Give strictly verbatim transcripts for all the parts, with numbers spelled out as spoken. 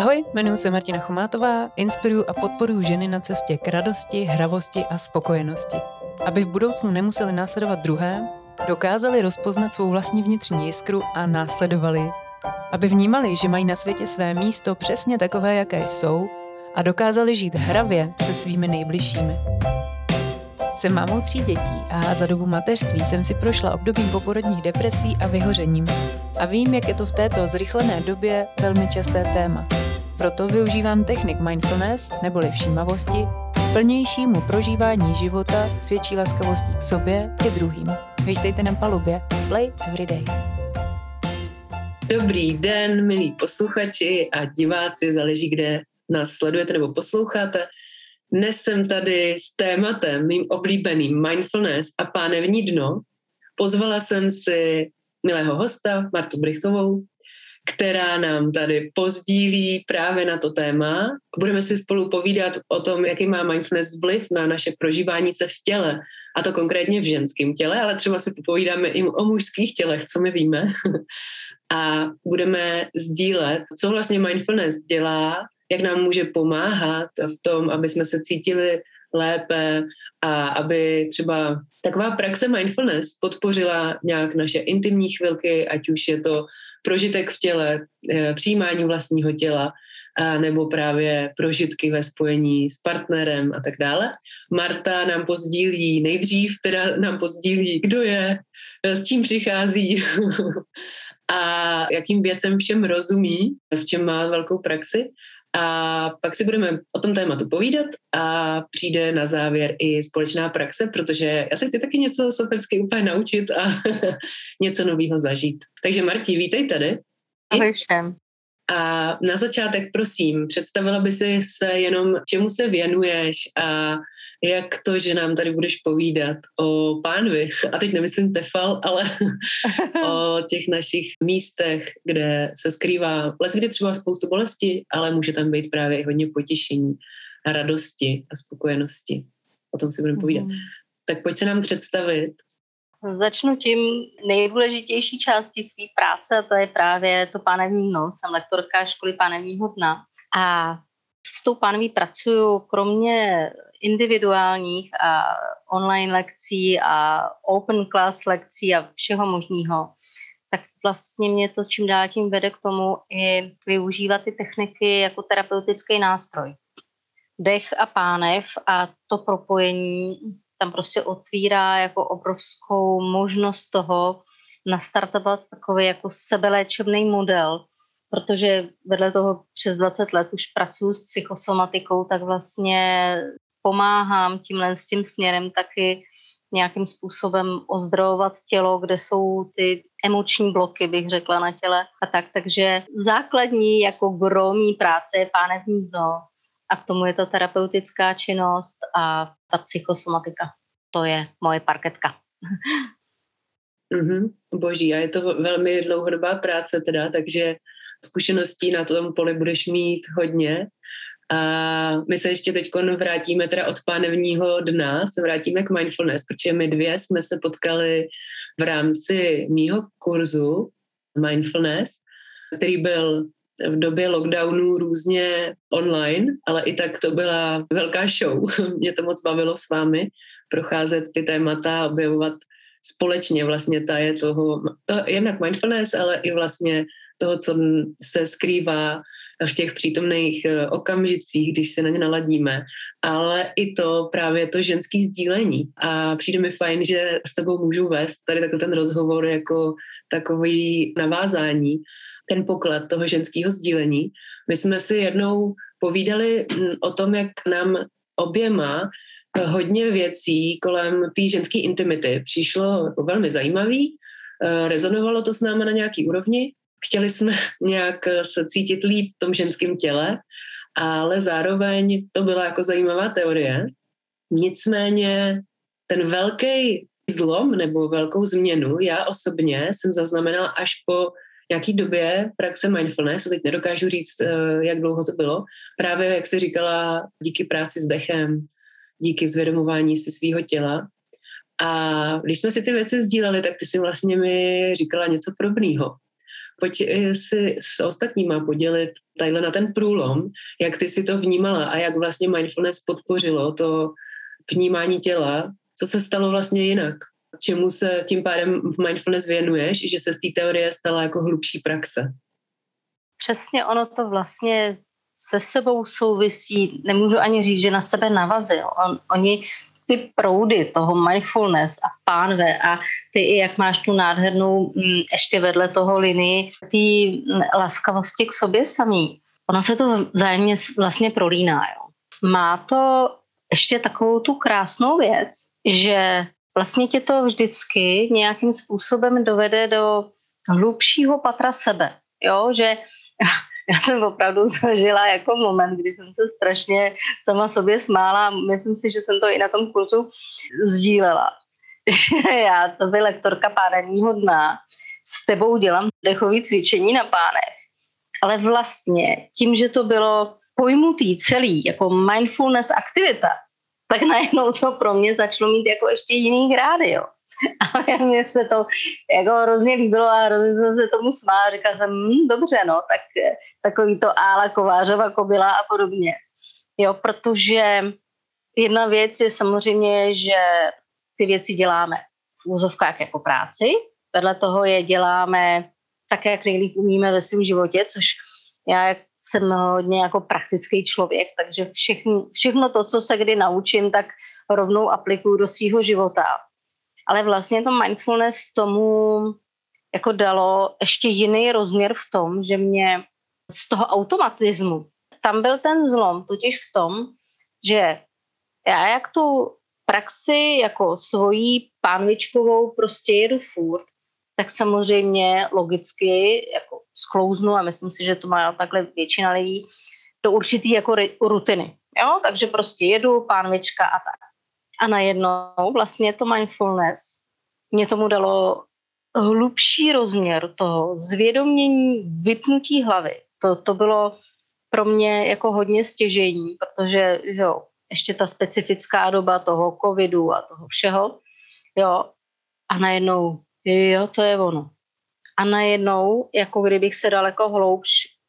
Ahoj, jmenuji se Martina Chomátová, inspiruju a podporuji ženy na cestě k radosti, hravosti a spokojenosti. Aby v budoucnu nemuseli následovat druhé, dokázali rozpoznat svou vlastní vnitřní jiskru a následovali ji. Aby vnímali, že mají na světě své místo přesně takové, jaké jsou, a dokázali žít hravě se svými nejbližšími. Jsem mámou tří dětí a za dobu mateřství jsem si prošla obdobím poporodních depresí a vyhořením. A vím, jak je to v této zrychlené době velmi časté téma. Proto využívám technik mindfulness, neboli všímavosti, k plnějšímu prožívání života s větší laskavostí k sobě i druhým. Vítejte na palubě Play Everyday. Dobrý den, milí posluchači a diváci, záleží, kde nás sledujete nebo posloucháte. Dnes jsem tady s tématem mým oblíbeným mindfulness a pánevní dno. Pozvala jsem si milého hosta, Martu Brychtovou, která nám tady pozdílí právě na to téma. Budeme si spolu povídat o tom, jaký má mindfulness vliv na naše prožívání se v těle, a to konkrétně v ženském těle, ale třeba si popovídáme i o mužských tělech, co my víme. A budeme sdílet, co vlastně mindfulness dělá, jak nám může pomáhat v tom, aby jsme se cítili lépe a aby třeba taková praxe mindfulness podpořila nějak naše intimní chvilky, ať už je to prožitek v těle, přijímání vlastního těla, a nebo právě prožitky ve spojení s partnerem a tak dále. Marta nám pozdílí nejdřív, teda nám pozdílí, kdo je, s čím přichází a jakým věcem všem rozumí, v čem má velkou praxi. A pak si budeme o tom tématu povídat a přijde na závěr i společná praxe, protože já se chci taky něco sopecky úplně naučit a něco nového zažít. Takže Marti, vítej tady. Ahoj všem. A na začátek, prosím, představila by si se jenom, čemu se věnuješ a jak to, že nám tady budeš povídat o pánvi, a teď nemyslím Tefal, ale o těch našich místech, kde se skrývá leckdy třeba spoustu bolesti, ale může tam být právě i hodně potěšení a radosti a spokojenosti. O tom si budeme povídat. Mm. Tak pojď se nám představit. Začnu tím nejdůležitější částí své práce, a to je právě to pánevní dno. Jsem lektorka školy pánevního dna a s tou pánví pracuju kromě individuálních a online lekcí a open class lekcí a všeho možného, tak vlastně mě to čím dál tím vede k tomu i využívat ty techniky jako terapeutický nástroj. Dech a pánev a to propojení tam prostě otvírá jako obrovskou možnost toho nastartovat takový jako sebeléčebný model, protože vedle toho přes dvacet let už pracuji s psychosomatikou, tak vlastně pomáhám tímhle s tím směrem taky nějakým způsobem ozdravovat tělo, kde jsou ty emoční bloky, bych řekla, na těle a tak. Takže základní jako gro mý práce je pánevní dno a k tomu je to terapeutická činnost a ta psychosomatika. To je moje parketka. Mm-hmm, boží, a je to velmi dlouhodobá práce teda, takže zkušeností na tom poli budeš mít hodně. A my se ještě teď vrátíme teda od pánevního dna, se vrátíme k mindfulness, protože my dvě jsme se potkali v rámci mýho kurzu mindfulness, který byl v době lockdownu různě online, ale i tak to byla velká show. Mě to moc bavilo s vámi procházet ty témata, objevovat společně vlastně taje toho, to jednak mindfulness, ale i vlastně toho, co se skrývá v těch přítomných okamžicích, když se na ně naladíme, ale i to právě to ženský sdílení. A přijde mi fajn, že s tebou můžu vést tady takhle ten rozhovor jako takový navázání, ten poklad toho ženského sdílení. My jsme si jednou povídali o tom, jak nám oběma hodně věcí kolem té ženské intimity přišlo jako velmi zajímavý, rezonovalo to s náma na nějaký úrovni. Chtěli jsme nějak se cítit líp v tom ženském těle, ale zároveň to byla jako zajímavá teorie. Nicméně ten velký zlom nebo velkou změnu já osobně jsem zaznamenala až po nějaký době praxe mindfulness, a teď nedokážu říct, jak dlouho to bylo. Právě, jak jsi říkala, díky práci s dechem, díky zvědomování si svýho těla. A když jsme si ty věci sdíleli, tak ty si vlastně mi říkala něco podobného. Pojď si s ostatníma podělit tadyhle na ten průlom, jak ty si to vnímala a jak vlastně mindfulness podpořilo to vnímání těla, co se stalo vlastně jinak, čemu se tím pádem v mindfulness věnuješ, že se z té teorie stala jako hlubší praxe. Přesně ono to vlastně se sebou souvisí, nemůžu ani říct, že na sebe navazil. On, oni ty proudy toho mindfulness a pánve a ty i jak máš tu nádhernou m, ještě vedle toho linii ty laskavosti k sobě samý. Ono se to vzájemně vlastně prolíná. Jo. Má to ještě takovou tu krásnou věc, že vlastně tě to vždycky nějakým způsobem dovede do hlubšího patra sebe. Jo, že já jsem opravdu zažila jako moment, kdy jsem se strašně sama sobě smála. Myslím si, že jsem to i na tom kurzu sdílela. Že já, co by lektorka pánevního dna, s tebou dělám dechové cvičení na pánech. Ale vlastně tím, že to bylo pojmutý celý jako mindfulness aktivita, tak najednou to pro mě začalo mít jako ještě jiný grády, jo. A mně se to jako hrozně líbilo a hrozně jsem se tomu smála. Říkala jsem, hm, dobře, no, tak takový to Ála Kovářova kobila a podobně. Jo, protože jedna věc je samozřejmě, že ty věci děláme v úzovkách jako práci, vedle toho je děláme tak, jak nejlíp umíme ve svém životě, což já jsem hodně jako praktický člověk, takže všechno, všechno to, co se kdy naučím, tak rovnou aplikuju do svého života. Ale vlastně to mindfulness tomu jako dalo ještě jiný rozměr v tom, že mě z toho automatismu, tam byl ten zlom, totiž v tom, že já jak tu praxi jako svojí pánvičkovou prostě jedu furt, tak samozřejmě logicky jako sklouznu a myslím si, že to má takhle většina lidí do určitý jako rutiny. Jo? Takže prostě jedu, pánvička a tak. A najednou vlastně to mindfulness mě tomu dalo hlubší rozměr toho zvědomění, vypnutí hlavy. To, to bylo pro mě jako hodně stěžejní, protože jo, ještě ta specifická doba toho covidu a toho všeho, jo, a najednou, jo, to je ono. A najednou, jako kdybych se daleko hloubš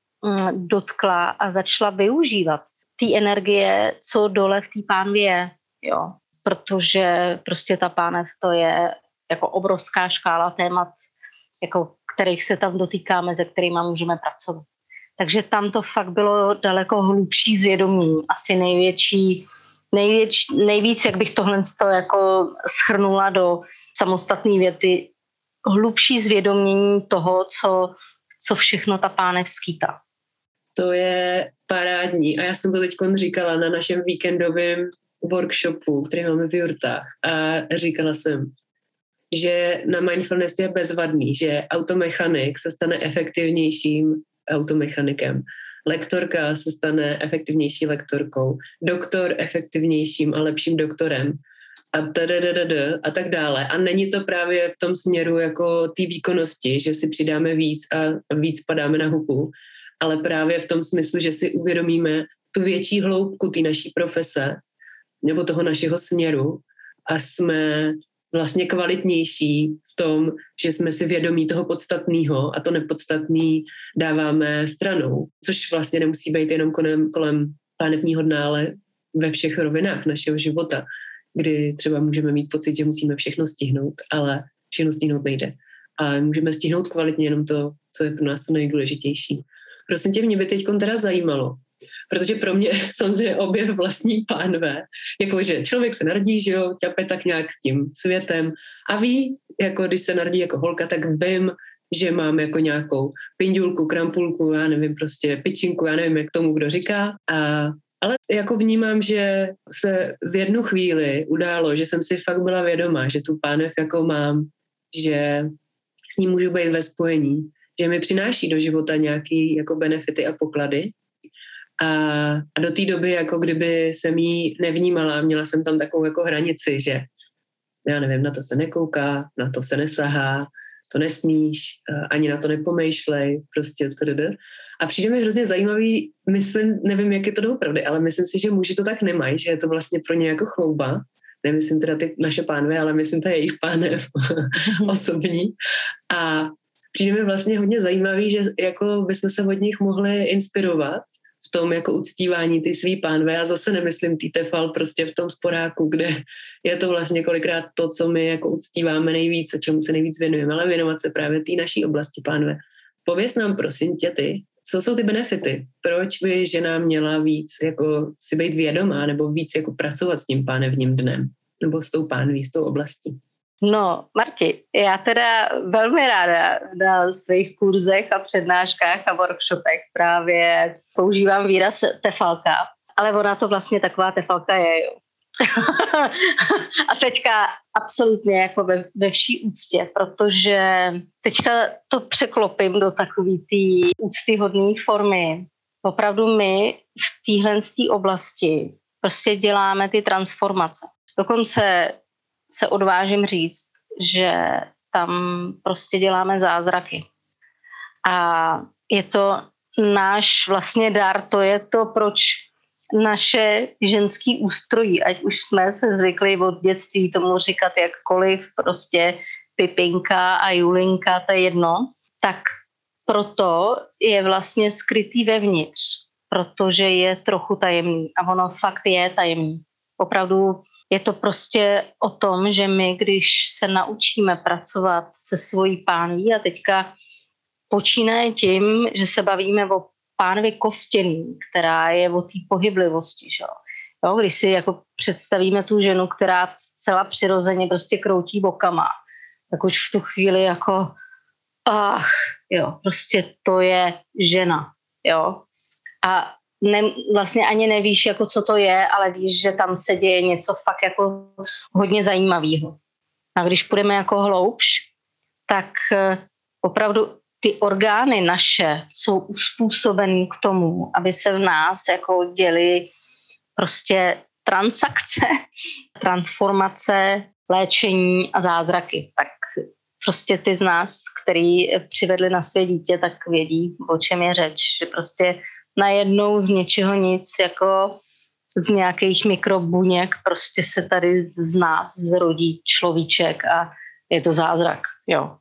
mm, dotkla a začala využívat té energie, co dole v té pánvi je, jo. Protože prostě ta pánev to je jako obrovská škála témat, jako kterých se tam dotýkáme, se kterými můžeme pracovat. Takže tam to fakt bylo daleko hlubší zvědomí, asi největší, největš, nejvíc, jak bych tohle jako schrnula do samostatné věty, hlubší zvědomění toho, co, co všechno ta pánev skýtá. To je parádní a já jsem to teď říkala na našem víkendovém workshopu, který máme v Jurtách a říkala jsem, že na mindfulness je bezvadný, že automechanik se stane efektivnějším automechanikem, lektorka se stane efektivnější lektorkou, doktor efektivnějším a lepším doktorem a tadadadada a tak dále. A není to právě v tom směru jako té výkonnosti, že si přidáme víc a víc padáme na hubu, ale právě v tom smyslu, že si uvědomíme tu větší hloubku té naší profese nebo toho našeho směru a jsme vlastně kvalitnější v tom, že jsme si vědomí toho podstatného a to nepodstatný dáváme stranou, což vlastně nemusí být jenom kolem, kolem pánevního dna, ale ve všech rovinách našeho života, kdy třeba můžeme mít pocit, že musíme všechno stihnout, ale všechno stihnout nejde. A můžeme stihnout kvalitně jenom to, co je pro nás to nejdůležitější. Prosím tě, mě by teď teda zajímalo, protože pro mě samozřejmě objev vlastní pánve, jakože člověk se narodí, že jo, ťape tak nějak tím světem a ví, jako když se narodí jako holka, tak vím, že mám jako nějakou pindulku, krampulku, já nevím, prostě pičinku, já nevím, jak tomu kdo říká, a, ale jako vnímám, že se v jednu chvíli událo, že jsem si fakt byla vědomá, že tu pánev jako mám, že s ním můžu být ve spojení, že mi přináší do života nějaký jako benefity a poklady. A, a do té doby, jako kdyby jsem jí nevnímala, měla jsem tam takovou jako hranici, že já nevím, na to se nekouká, na to se nesahá, to nesmíš, ani na to nepomýšlej, prostě tdd. A přijde mi hrozně zajímavý, myslím, nevím, jak je to doopravdy, ale myslím si, že muži to tak nemají, že je to vlastně pro ně jako chlouba. Nemyslím teda ty naše pánve, ale myslím to je jejich pánev osobní. A přijde mi vlastně hodně zajímavý, že jako bychom se od nich mohli inspirovat v tom jako uctívání ty svý pánve. Já zase nemyslím tý tefal prostě v tom sporáku, kde je to vlastně kolikrát to, co my jako uctíváme nejvíc a čemu se nejvíc věnujeme, ale věnovat se právě té naší oblasti pánve. Pověz nám prosím tě ty, co jsou ty benefity? Proč by žena měla víc jako si být vědomá nebo víc jako pracovat s tím pánevním dnem nebo s tou pánví, s tou oblastí? No, Marti, já teda velmi ráda na svých kurzech a přednáškách a workshopech právě používám výraz tefalka, ale ona to vlastně taková tefalka je, jo. A teďka absolutně jako ve, ve vší úctě, protože teďka to překlopím do takový té úctyhodné formy. Opravdu my v téhle oblasti prostě děláme ty transformace. Dokonce se odvážím říct, že tam prostě děláme zázraky. A je to náš vlastně dar, to je to, proč naše ženský ústrojí, ať už jsme se zvykli od dětství tomu říkat jakkoliv, prostě Pipinka a Julinka, to je jedno, tak proto je vlastně skrytý vevnitř, protože je trochu tajemný a ono fakt je tajemný. Opravdu je to prostě o tom, že my, když se naučíme pracovat se svojí pánví a teďka počínaje tím, že se bavíme o pánvi kostěný, která je o té pohyblivosti. Že? Jo, když si jako představíme tu ženu, která zcela přirozeně prostě kroutí bokama, tak už v tu chvíli jako ach, jo, prostě to je žena. Jo? A ne, vlastně ani nevíš, jako co to je, ale víš, že tam se děje něco fakt jako hodně zajímavého. A když půjdeme jako hloubš, tak opravdu ty orgány naše jsou uspůsobený k tomu, aby se v nás jako děly prostě transakce, transformace, léčení a zázraky. Tak prostě ty z nás, který přivedli na své dítě, tak vědí, o čem je řeč. Že prostě najednou z něčeho nic, jako z nějakých mikrobuněk, prostě se tady z nás zrodí človíček a je to zázrak, jo.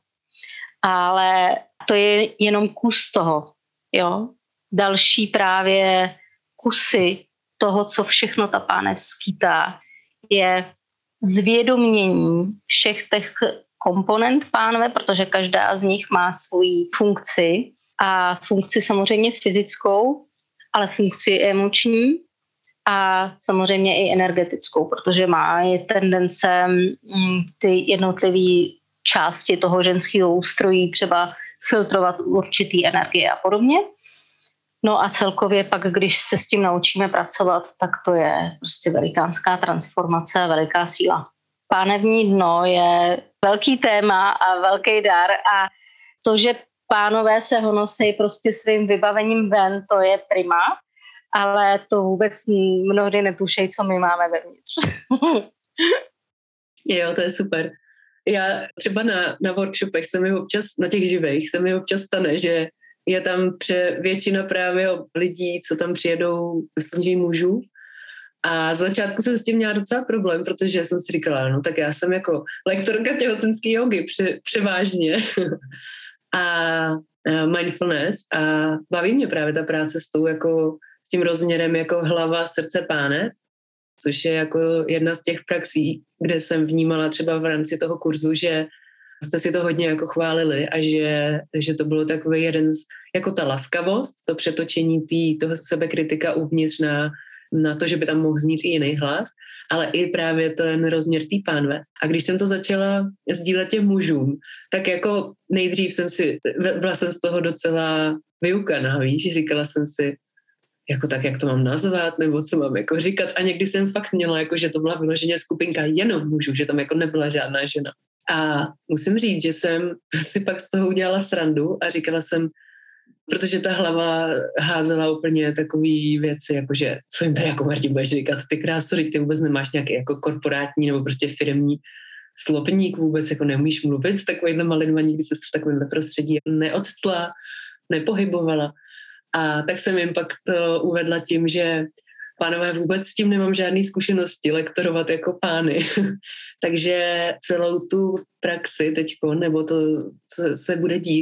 Ale to je jenom kus toho, jo. Další právě kusy toho, co všechno ta pánev skýtá, je zvědomění všech těch komponent pánve, protože každá z nich má svoji funkci a funkci samozřejmě fyzickou, ale funkci emoční a samozřejmě i energetickou, protože má je tendence ty jednotlivé části toho ženského ústrojí třeba filtrovat určitý energie a podobně. No a celkově pak, když se s tím naučíme pracovat, tak to je prostě velikánská transformace, veliká síla. Pánevní dno je velký téma a velký dar a to, že pánové se honosí prostě svým vybavením ven, to je prima, ale to vůbec mnohdy netušejí, co my máme vevnitř. Jo, to je super. Já třeba na, na workshopech se mi občas, na těch živých, se mi občas stane, že je tam pře, většina právě lidí, co tam přijedou, myslím, mužů. A z začátku jsem s tím měla docela problém, protože jsem si říkala, no tak já jsem jako lektorka těhotenské jogy pře, převážně a mindfulness a baví mě právě ta práce s tou jako s tím rozměrem jako hlava, srdce, pánev, což je jako jedna z těch praxí, kde jsem vnímala třeba v rámci toho kurzu, že jste si to hodně jako chválili a že, že to bylo takový jeden z, jako ta laskavost, to přetočení tý, toho sebekritika uvnitř na, na to, že by tam mohl znít i jiný hlas, ale i právě ten rozměr té pánve. A když jsem to začala sdílet těm mužům, tak jako nejdřív jsem si, byla jsem z toho docela vyukaná, víš, říkala jsem si, jako tak, jak to mám nazvat, nebo co mám jako říkat. A někdy jsem fakt měla, jako, že to byla vyloženě skupinka jenom mužů, že tam jako nebyla žádná žena. A musím říct, že jsem si pak z toho udělala srandu a říkala jsem, protože ta hlava házela úplně takový věci, jakože co jim tady jako Marti budeš říkat, ty krásu, ty vůbec nemáš nějaký jako korporátní nebo prostě firemní slovník, vůbec jako neumíš mluvit s takovýhle malinma, nikdy se v takovémhle prostředí neodtla, nepohybovala. A tak jsem jim pak to uvedla tím, že pánové, vůbec s tím nemám žádný zkušenosti lektorovat jako pány. Takže celou tu praxi teďko, nebo to, co se bude dít,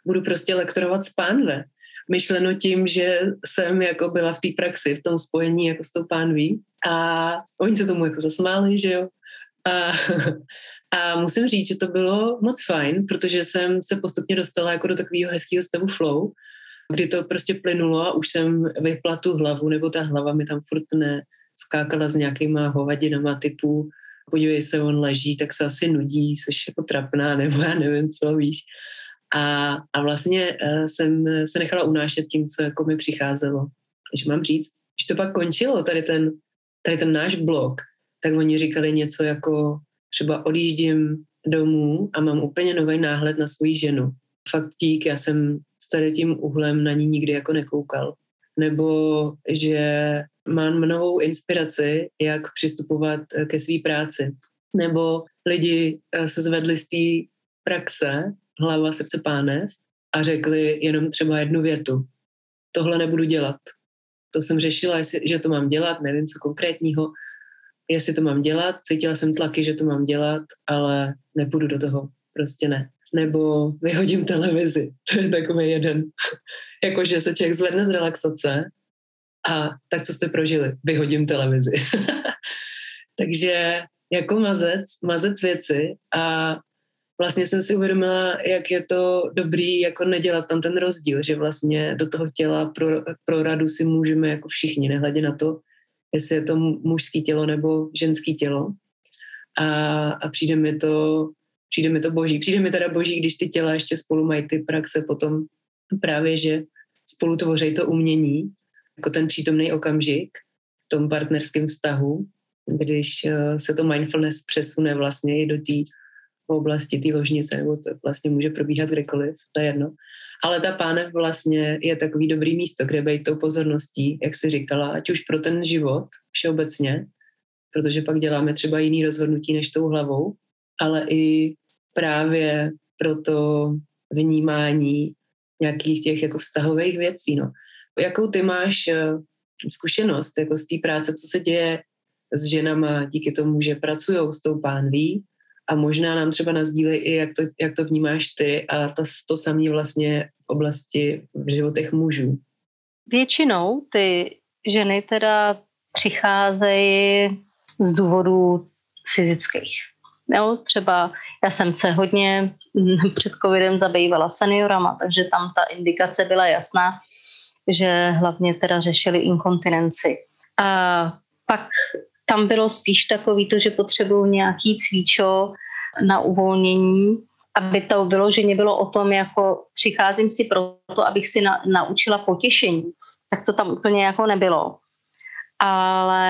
budu prostě lektorovat z pánve. Myšleno tím, že jsem jako byla v té praxi, v tom spojení jako s tou pánví a oni se tomu jako zasmáli, že jo. A, a musím říct, že to bylo moc fajn, protože jsem se postupně dostala jako do takového hezkého stavu flow, kdy to prostě plynulo a už jsem vypla tu hlavu, nebo ta hlava mi tam furt ne skákala s nějakýma hovadinama typu podívej se, on leží, tak se asi nudí, seš jako trapná, nebo já nevím co, víš. A, a vlastně uh, jsem se nechala unášet tím, co jako mi přicházelo. Když mám říct, když to pak končilo, tady ten, tady ten náš blog, tak oni říkali něco jako třeba odjíždím domů a mám úplně nový náhled na svoji ženu. Fakt dík, já jsem s tady tím uhlem na ní nikdy jako nekoukal. Nebo že mám novou inspiraci, jak přistupovat ke své práci. Nebo lidi se zvedli z té praxe, hlava, srdce, pánev a řekli jenom třeba jednu větu. Tohle nebudu dělat. To jsem řešila, jestli, že to mám dělat, nevím co konkrétního, jestli to mám dělat, cítila jsem tlaky, že to mám dělat, ale nepůjdu do toho, prostě ne. Nebo vyhodím televizi, to je takový jeden. Jakože se člověk zvedne z relaxace a tak, co jste prožili, vyhodím televizi. Takže jako mazec, mazec věci a vlastně jsem si uvědomila, jak je to dobrý jako nedělat tam ten rozdíl, že vlastně do toho těla pro, pro radu si můžeme jako všichni, nehledě na to, jestli je to mužský tělo nebo ženský tělo. A, a přijde mi to přijde mi to boží. Přijde mi teda boží, když ty těla ještě spolu mají ty praxe potom právě, že spolu tvoří to umění, jako ten přítomný okamžik v tom partnerském vztahu, když uh, se to mindfulness přesune vlastně i do té oblasti, té ložnice, nebo to vlastně může probíhat kdekoliv, to je jedno. Ale ta pánev vlastně je takový dobrý místo, kde být tou pozorností, jak jsi říkala, ať už pro ten život všeobecně, protože pak děláme třeba jiný rozhodnutí než tou hlavou, ale i právě pro to vnímání nějakých těch jako vztahových věcí. No. Jakou ty máš uh, zkušenost jako z té práce, co se děje s ženama díky tomu, že pracujou s tou pánví a možná nám třeba nazdílej i, jak to, jak to vnímáš ty a to, to samé vlastně v oblasti v životech mužů. Většinou ty ženy teda přicházejí z důvodů fyzických. Jo, třeba já jsem se hodně před covidem zabývala seniorama, takže tam ta indikace byla jasná, že hlavně teda řešili inkontinenci. A pak tam bylo spíš takový to, že potřebují nějaký cvičo na uvolnění, aby to bylo, že nebylo o tom, jako přicházím si proto, abych si na, naučila potěšení. Tak to tam úplně jako nebylo. Ale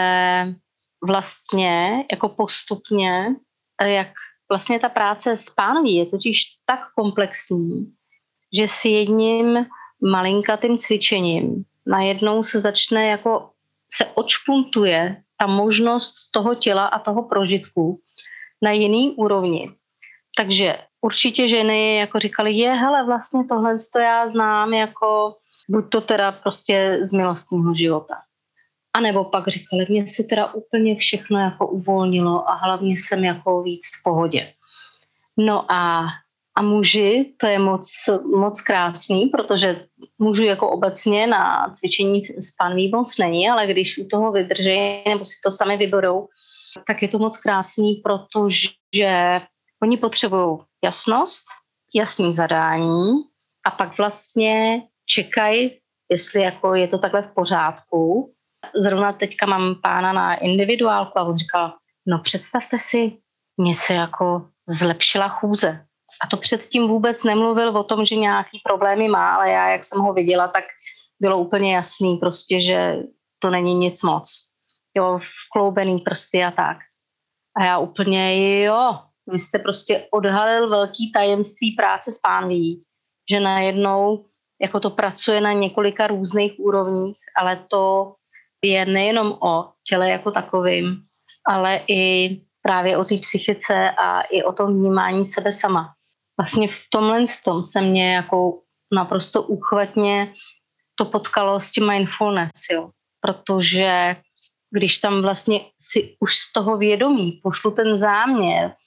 vlastně jako postupně, jak vlastně ta práce s pánví je totiž tak komplexní, že s jedním malinkatým cvičením najednou se začne jako se odšpuntuje ta možnost toho těla a toho prožitku na jiný úrovni. Takže určitě ženy jako říkaly, je, hele, vlastně tohle to já znám jako buď to teda prostě z milostního života. A nebo pak říkali, mně se teda úplně všechno jako uvolnilo a hlavně jsem jako víc v pohodě. No a, a muži, to je moc, moc krásný, protože mužů jako obecně na cvičení s pánví moc není, ale když u toho vydrží nebo si to sami vyberou, tak je to moc krásný, protože oni potřebují jasnost, jasný zadání a pak vlastně čekají, jestli jako je to takhle v pořádku. Zrovna teďka mám pána na individuálku a on říkal, no představte si, mně se jako zlepšila chůze. A to předtím vůbec nemluvil o tom, že nějaký problémy má, ale já, jak jsem ho viděla, tak bylo úplně jasný prostě, že to není nic moc. Jo, vkloubený prsty a tak. A já úplně, jo, vy jste prostě odhalil velký tajemství práce s pánví, že najednou jako to pracuje na několika různých úrovních, ale to je nejenom o těle jako takovým, ale i právě o té psychice a i o tom vnímání sebe sama. Vlastně v tomhle tom se mě jako naprosto úchvatně to potkalo s tím mindfulness, jo. Protože když tam vlastně si už z toho vědomí pošlu ten záměr,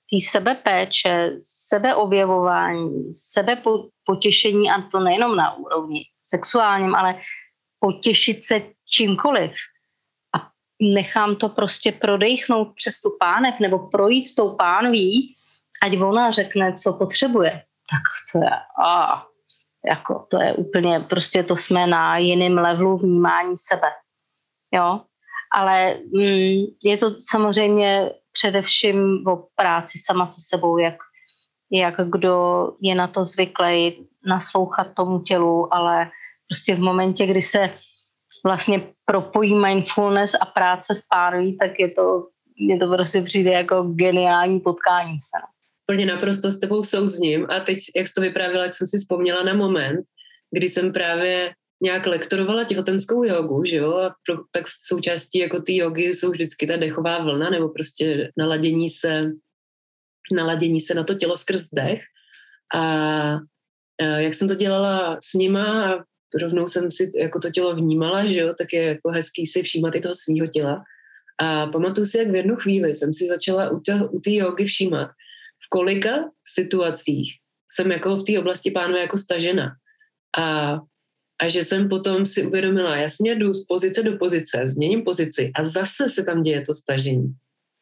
té sebepéče, sebeobjevování, sebepotěšení, a to nejenom na úrovni sexuálním, ale potěšit se čímkoliv. A nechám to prostě prodejchnout přes tu pánev nebo projít tou pánví, ať ona řekne, co potřebuje. Tak to je, a, jako, to je úplně, prostě to jsme na jiném levelu vnímání sebe. Jo? Ale mm, je to samozřejmě především o práci sama se sebou, jak, jak kdo je na to zvyklý naslouchat tomu tělu, ale prostě v momentě, kdy se vlastně propojí mindfulness a práce s pánví, tak je to, je to prostě přijde jako geniální potkání se. Plně naprosto s tebou souzním a teď, jak jsi to vyprávěla, jak jsem si vzpomněla na moment, kdy jsem právě nějak lektorovala těhotenskou jogu, že jo, a pro, tak v součástí jako ty jogy jsou vždycky ta dechová vlna nebo prostě naladění se, naladění se na to tělo skrz dech a, a jak jsem to dělala s nima a rovnou jsem si jako to tělo vnímala, že jo, tak je jako hezký si všímat i toho svýho těla a pamatuju si, jak v jednu chvíli jsem si začala u té jogy všímat, v kolika situacích jsem jako v té oblasti pánve jako stažena a A že jsem potom si uvědomila, jasně jdu z pozice do pozice, změním pozici a zase se tam děje to stažení.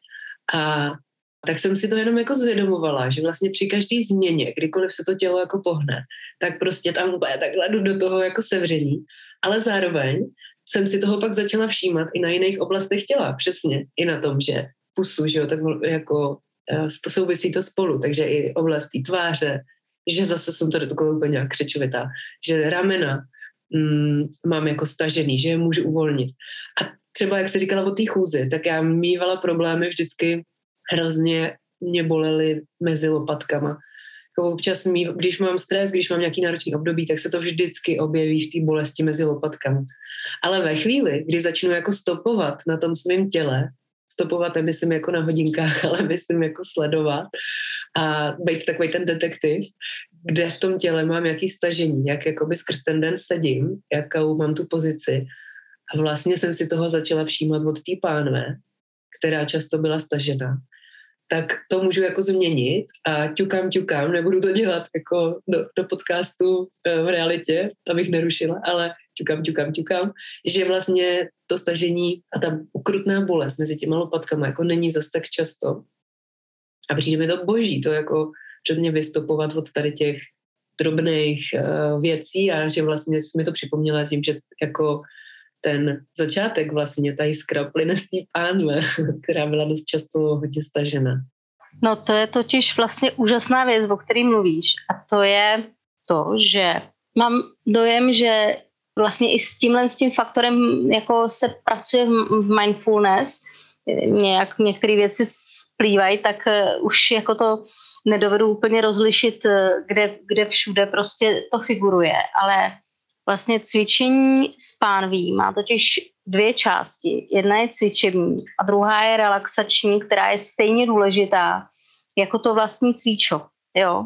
A tak jsem si to jenom jako zvědomovala, že vlastně při každý změně, kdykoliv se to tělo jako pohne, tak prostě tam úplně takhle jdu do toho jako sevření. Ale zároveň jsem si toho pak začala všímat i na jiných oblastech těla, přesně. I na tom, že pusu, že jo, tak jako souvisí to spolu, takže i oblast té tváře, že zase jsem to taková úplně nějak křečovitá, že ramena, Mm, mám jako stažený, že je můžu uvolnit. A třeba, jak jsi říkala o té chůzi, tak já mývala problémy vždycky hrozně mě bolely mezi lopatkama. Jako občas, mý, když mám stres, když mám nějaký náročný období, tak se to vždycky objeví v té bolesti mezi lopatkami. Ale ve chvíli, kdy začnu jako stopovat na tom svém těle, stopovat nemyslím jako na hodinkách, ale myslím jako sledovat a být takový ten detektiv, kde v tom těle mám jaký stažení, jak jakoby skrz ten den sedím, jakou mám tu pozici. A vlastně jsem si toho začala všímat od té pánve, která často byla stažena. Tak to můžu jako změnit a ťukám, ťukám, nebudu to dělat jako do, do podcastu v realitě, abych nerušila, ale ťukám, ťukám, ťukám, že vlastně to stažení a ta ukrutná bolest mezi těma lopatkama jako není zas tak často. A přijde mi to boží, to jako přesně vystopovat od tady těch drobných uh, věcí a že vlastně mi to připomněla tím, že jako ten začátek vlastně, ta jiskra plyne z té pánve, která byla dost často hodně stažena. No to je totiž vlastně úžasná věc, o který mluvíš a to je to, že mám dojem, že vlastně i s tímhle s tím faktorem jako se pracuje v mindfulness, nějak některé věci splývají, tak už jako to nedovedu úplně rozlišit, kde, kde všude prostě to figuruje, ale vlastně cvičení s pánví má totiž dvě části. Jedna je cvičební a druhá je relaxační, která je stejně důležitá jako to vlastní cvičo. Jo?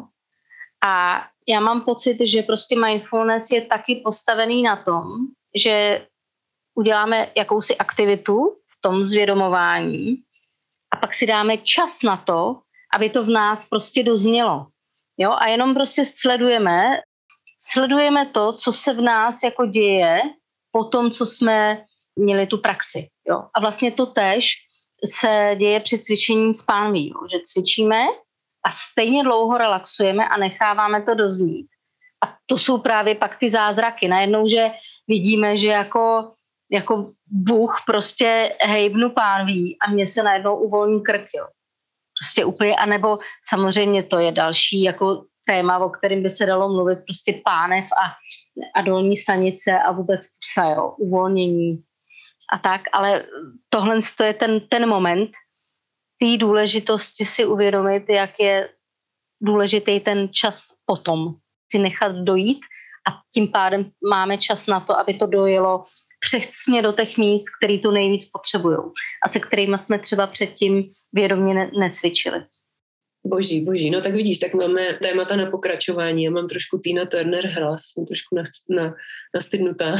A já mám pocit, že prostě mindfulness je taky postavený na tom, že uděláme jakousi aktivitu v tom zvědomování a pak si dáme čas na to, aby to v nás prostě doznělo. Jo? A jenom prostě sledujeme, sledujeme to, co se v nás jako děje po tom, co jsme měli tu praxi. Jo? A vlastně to též se děje při cvičení s pánví, jo? Že cvičíme a stejně dlouho relaxujeme a necháváme to doznít. A to jsou právě pak ty zázraky. Najednou, že vidíme, že jako, jako Bůh prostě hejbnu pánví a mně se najednou uvolní krk. Jo? Prostě úplně, anebo samozřejmě to je další jako téma, o kterém by se dalo mluvit, prostě pánev a, a dolní sanice a vůbec pusa, jo, uvolnění a tak, ale tohle je ten, ten moment té důležitosti si uvědomit, jak je důležitý ten čas potom si nechat dojít a tím pádem máme čas na to, aby to dojelo přesně do těch míst, který to nejvíc potřebují a se kterými jsme třeba předtím vědomě ne- necvičili. Boží, boží. No tak vidíš, tak máme témata na pokračování. Já mám trošku Tina Turner hlas, jsem trošku na, na, nastydnutá,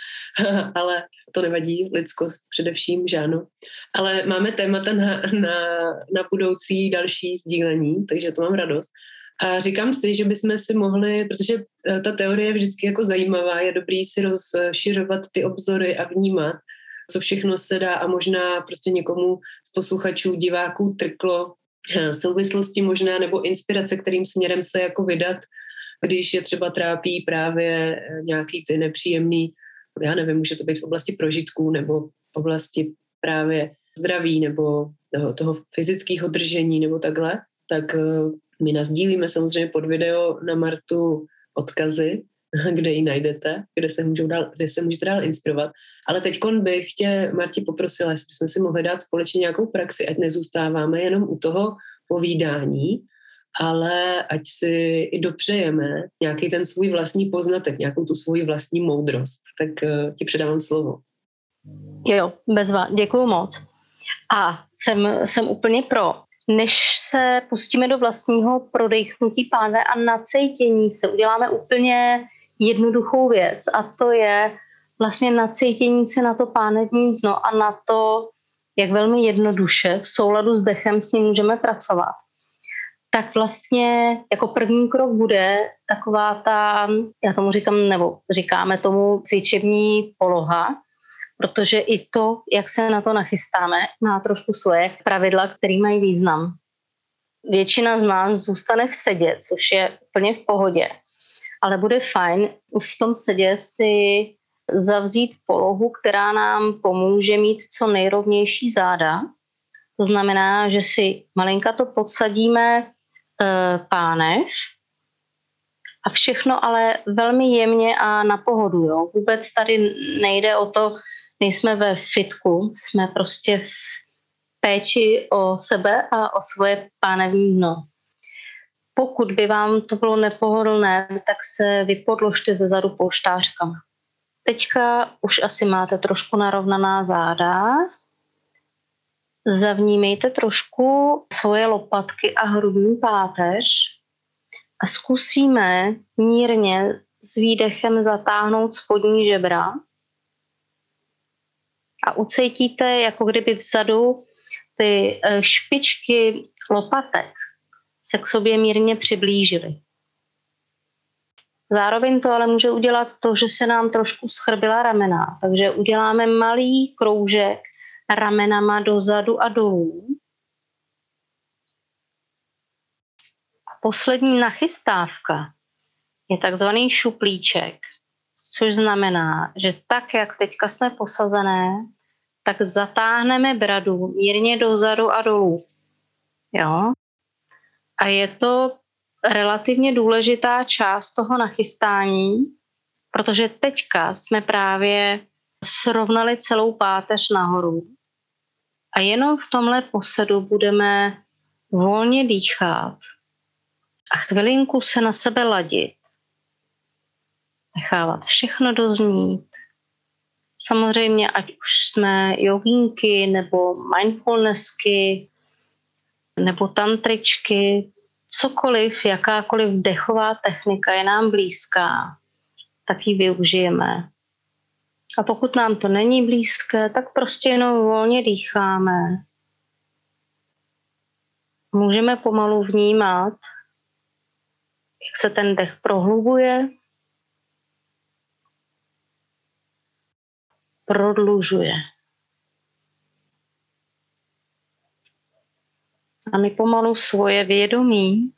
ale to nevadí, lidskost především, že ano. Ale máme témata na, na, na budoucí další sdílení, takže to mám radost. A říkám si, že bychom si mohli, protože ta teorie je vždycky jako zajímavá, je dobrý si rozšiřovat ty obzory a vnímat, co všechno se dá a možná prostě někomu z posluchačů, diváků trklo souvislosti možná nebo inspirace, kterým směrem se jako vydat, když je třeba trápí právě nějaký ty nepříjemný, já nevím, může to být v oblasti prožitků nebo v oblasti právě zdraví nebo toho, toho fyzického držení nebo takhle, tak my nasdílíme samozřejmě pod video na Martu odkazy, kde ji najdete, kde se, můžou dál, kde se můžete dál inspirovat. Ale teďkon bych tě, Marti, poprosila, jestli bychom si mohli dát společně nějakou praxi, ať nezůstáváme jenom u toho povídání, ale ať si i dopřejeme nějaký ten svůj vlastní poznatek, nějakou tu svou vlastní moudrost. Tak uh, ti předávám slovo. Jo, jo, bezva, děkuju moc. A jsem, jsem úplně pro. Než se pustíme do vlastního prodejchnutí páne a nacejtění se, uděláme úplně jednoduchou věc a to je vlastně nacejtění se na to pánevní dno a na to, jak velmi jednoduše v souladu s dechem s ním můžeme pracovat. Tak vlastně jako první krok bude taková ta, já tomu říkám, nebo říkáme tomu cvičební poloha, protože i to, jak se na to nachystáme, má trošku svoje pravidla, které mají význam. Většina z nás zůstane v sedě, což je úplně v pohodě, ale bude fajn už v tom sedě si zavzít polohu, která nám pomůže mít co nejrovnější záda. To znamená, že si malinka to podsadíme e, pánev a všechno ale velmi jemně a na pohodu. Jo. Vůbec tady nejde o to, nejsme ve fitku, jsme prostě v péči o sebe a o svoje pánevní dno. Pokud by vám to bylo nepohodlné, tak se vypodložte ze zadu polštářkama. Teďka už asi máte trošku narovnaná záda. Zavnímejte trošku svoje lopatky a hrudní páteř a zkusíme mírně s výdechem zatáhnout spodní žebra a ucítíte, jako kdyby vzadu ty špičky lopatek se k sobě mírně přiblížily. Zároveň to ale může udělat to, že se nám trošku schrbila ramena, takže uděláme malý kroužek ramenama dozadu a dolů. A poslední nachystávka je takzvaný šuplíček, což znamená, že tak, jak teďka jsme posazené, tak zatáhneme bradu mírně dozadu a dolů. Jo? A je to relativně důležitá část toho nachystání, protože teďka jsme právě srovnali celou páteř nahoru a jenom v tomhle posedu budeme volně dýchat a chvilinku se na sebe ladit. Nechávat všechno doznít. Samozřejmě, ať už jsme jogínky nebo mindfulnessky nebo tantričky, cokoliv, jakákoliv dechová technika je nám blízká, tak ji využijeme. A pokud nám to není blízké, tak prostě jenom volně dýcháme. Můžeme pomalu vnímat, jak se ten dech prohlubuje, prodlužuje. A my pomalu svoje vědomí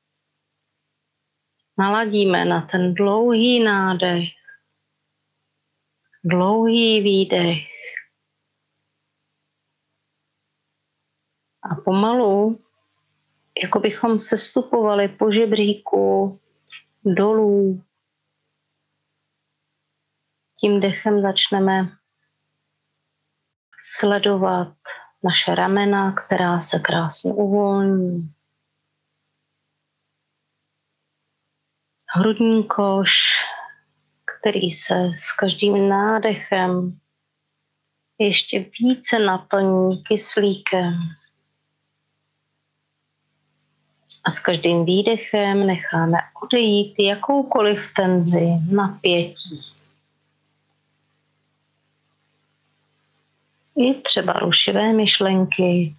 naladíme na ten dlouhý nádech, dlouhý výdech. A pomalu, jako bychom sestupovali po žebříku dolů, tím dechem začneme sledovat naše ramena, která se krásně uvolní. Hrudní koš, který se s každým nádechem ještě více naplní kyslíkem. A s každým výdechem necháme odejít jakoukoliv tenzi, napětí. I třeba rušivé myšlenky.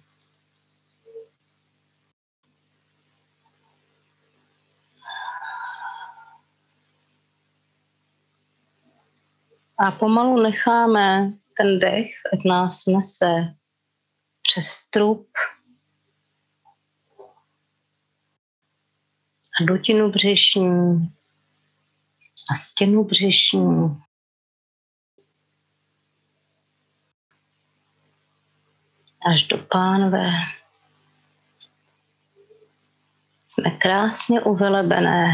A pomalu necháme ten dech, ať nás nese přes trup a dutinu břišní a stěnu břišní. Až do pánve. Jsme krásně uvelebené.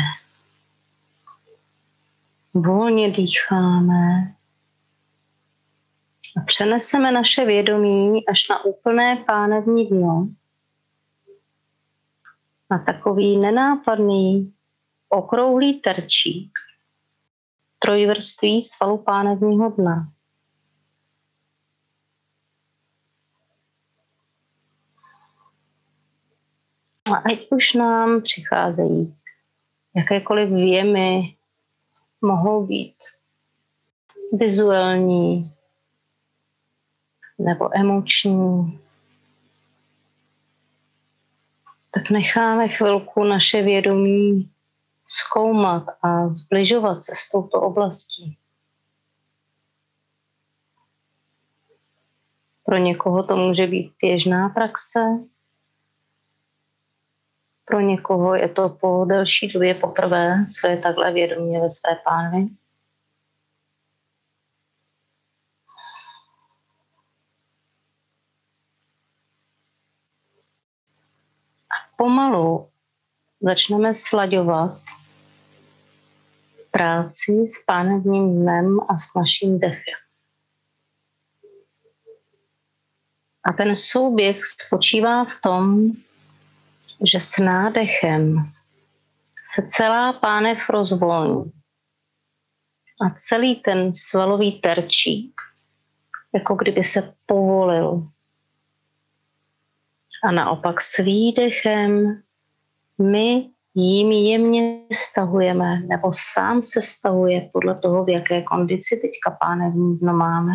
Volně dýcháme a přeneseme naše vědomí až na úplné pánevní dno. Na takový nenápadný okrouhlý terčík trojvrství svalu pánevního dna. A ať už nám přicházejí jakékoliv věmy, mohou být vizuální nebo emoční, tak necháme chvilku naše vědomí zkoumat a zbližovat se s touto oblastí. Pro někoho to může být běžná praxe, pro někoho je to po delší době poprvé, co je takhle vědomě ve své pánvi. A pomalu začneme slaďovat práci s pánevním dnem a s naším dechem. A ten souběh spočívá v tom, že s nádechem se celá pánev rozvolní a celý ten svalový terčík, jako kdyby se povolil. A naopak s výdechem my jím jemně stahujeme, nebo sám se stahuje podle toho, v jaké kondici teďka pánevní dno máme.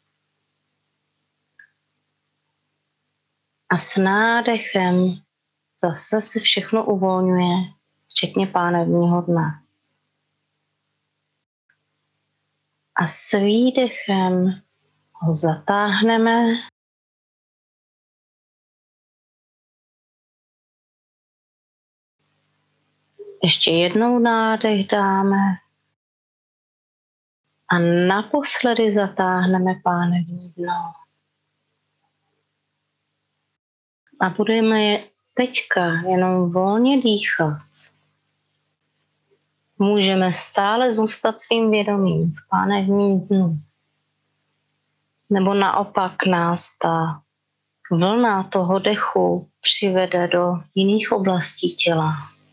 A s nádechem zase se všechno uvolňuje, včetně pánevního dna. A s výdechem ho zatáhneme ještě jednou nádech dáme a naposledy zatáhneme pánevní dno. A budeme teďka jenom volně dýchat. Můžeme stále zůstat svým vědomím v pánevním dnu. Nebo naopak nás ta vlna toho dechu přivede do jiných oblastí těla.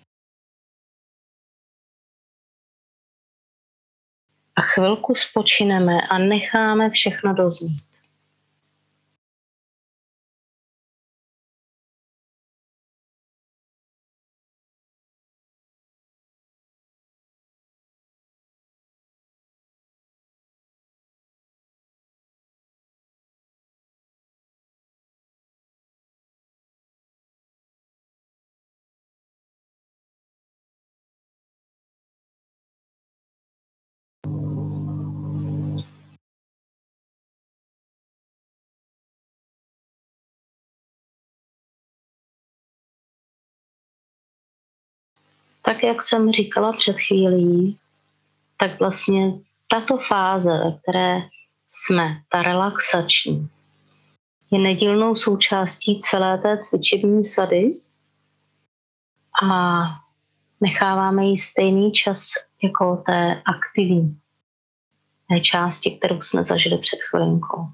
A chvilku spočineme a necháme všechno doznít. Tak, jak jsem říkala před chvílí, tak vlastně tato fáze, ve které jsme, ta relaxační, je nedílnou součástí celé té cvičební sady a necháváme jí stejný čas jako té aktivní, té části, kterou jsme zažili před chvilinkou.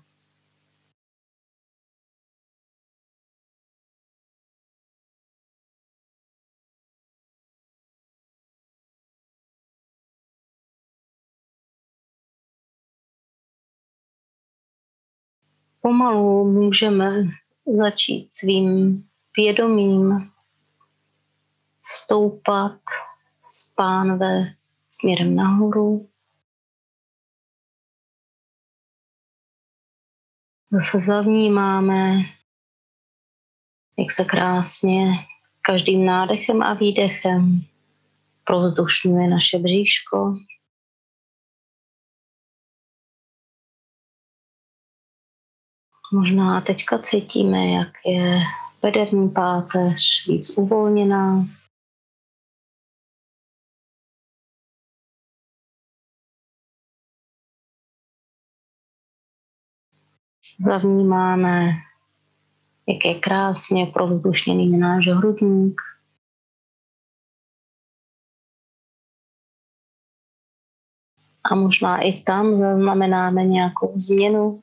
Pomalu můžeme začít svým vědomím stoupat z pánve směrem nahoru. Zase zavnímáme, jak se krásně každým nádechem a výdechem prozdušňuje naše bříško. Možná teďka cítíme, jak je bederní páteř víc uvolněná. Zavnímáme, jak je krásně provzdušněný náš hrudník. A možná i tam zaznamenáme nějakou změnu.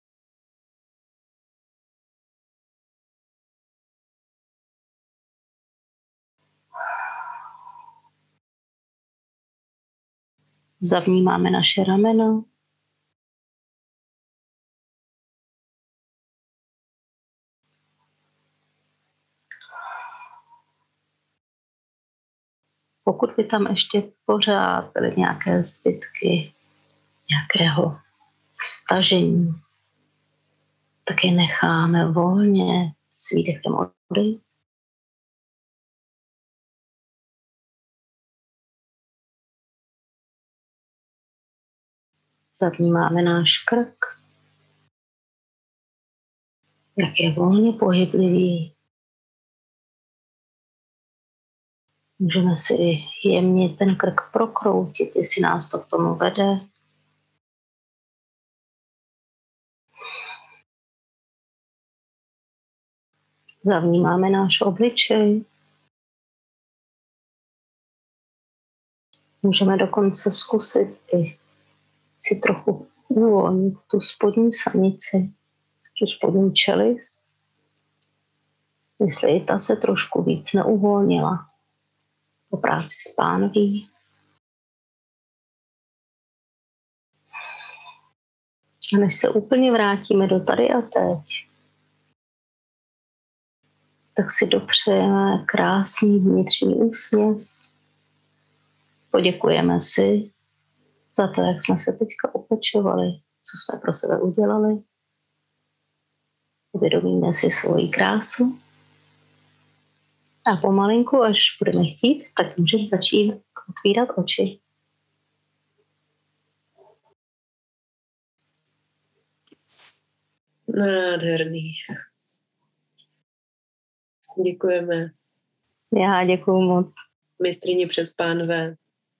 Zavnímáme naše rameno. Pokud by tam ještě pořád byly nějaké zbytky nějakého stažení, tak je necháme volně s výdechem odejít. Zavnímáme náš krk, jak je volně pohyblivý. Můžeme si jemně ten krk prokroutit, jestli nás to k tomu vede. Zavnímáme náš obličej. Můžeme dokonce zkusit i si trochu uvolnit tu spodní sanici, tu spodní čelist, jestli i ta se trošku víc neuvolnila po práci s pánví. A než se úplně vrátíme do tady a teď, tak si dopřejeme krásný vnitřní úsměv. Poděkujeme si za to, jak jsme se teďka opečovali, co jsme pro sebe udělali. Uvědomíme si svoji krásu. A pomalinku, až budeme chtít, tak můžeme začít otvírat oči. Nádherný. Děkujeme. Já děkuju moc. Mistryni přes pánve.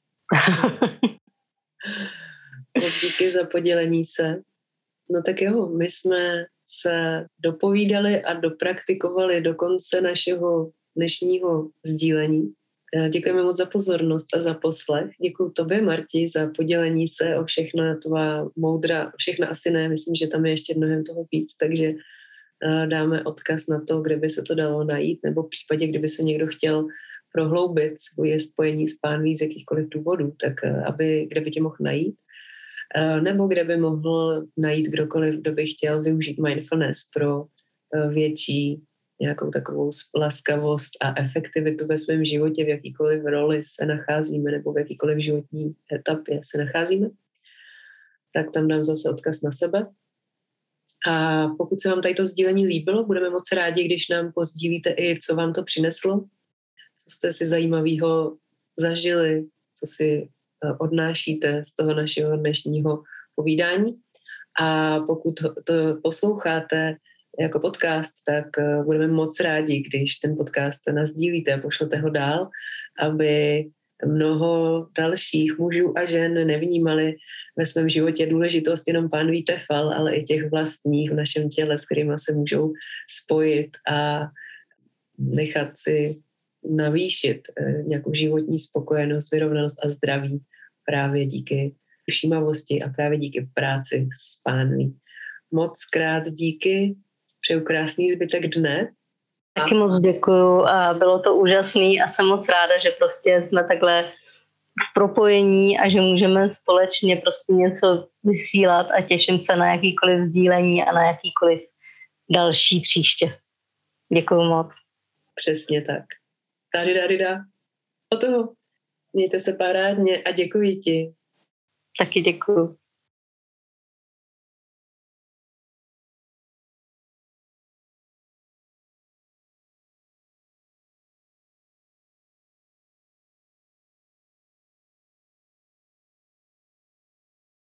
Moc díky za podělení se. No tak jo, my jsme se dopovídali a dopraktikovali do konce našeho dnešního sdílení. Děkujeme moc za pozornost a za poslech. Děkuju tobě, Marti, za podělení se o všechna tvá moudra, všechna asi ne, myslím, že tam je ještě mnohem toho víc, takže dáme odkaz na to, kde by se to dalo najít, nebo v případě, kdyby se někdo chtěl prohloubit svoje spojení s pánví z jakýchkoliv důvodů, tak aby, kde by tě mohl najít, nebo kde by mohl najít kdokoliv, kdo by chtěl využít mindfulness pro větší nějakou takovou laskavost a efektivitu ve svém životě, v jakýkoliv roli se nacházíme nebo v jakýkoliv životní etapě se nacházíme, tak tam dám zase odkaz na sebe. A pokud se vám tady to sdílení líbilo, budeme moc rádi, když nám pozdílíte i, co vám to přineslo, co jste si zajímavého zažili, co si odnášíte z toho našeho dnešního povídání. A pokud to posloucháte jako podcast, tak budeme moc rádi, když ten podcast nasdílíte a pošlete ho dál, aby mnoho dalších mužů a žen nevnímali ve svém životě důležitost jenom pánví tefal, ale i těch vlastních v našem těle, s kterými se můžou spojit a nechat si navýšit nějakou životní spokojenost, vyrovnanost a zdraví právě díky všímavosti a právě díky práci s pánví. Moc krát díky, přeju krásný zbytek dne. Taky moc děkuju a bylo to úžasný a jsem moc ráda, že prostě jsme takhle v propojení a že můžeme společně prostě něco vysílat a těším se na jakýkoliv sdílení a na jakýkoliv další příště. Děkuju moc. Přesně tak. Tady, tady, da. O toho. Mějte se parádně a děkuji ti. Taky děkuju.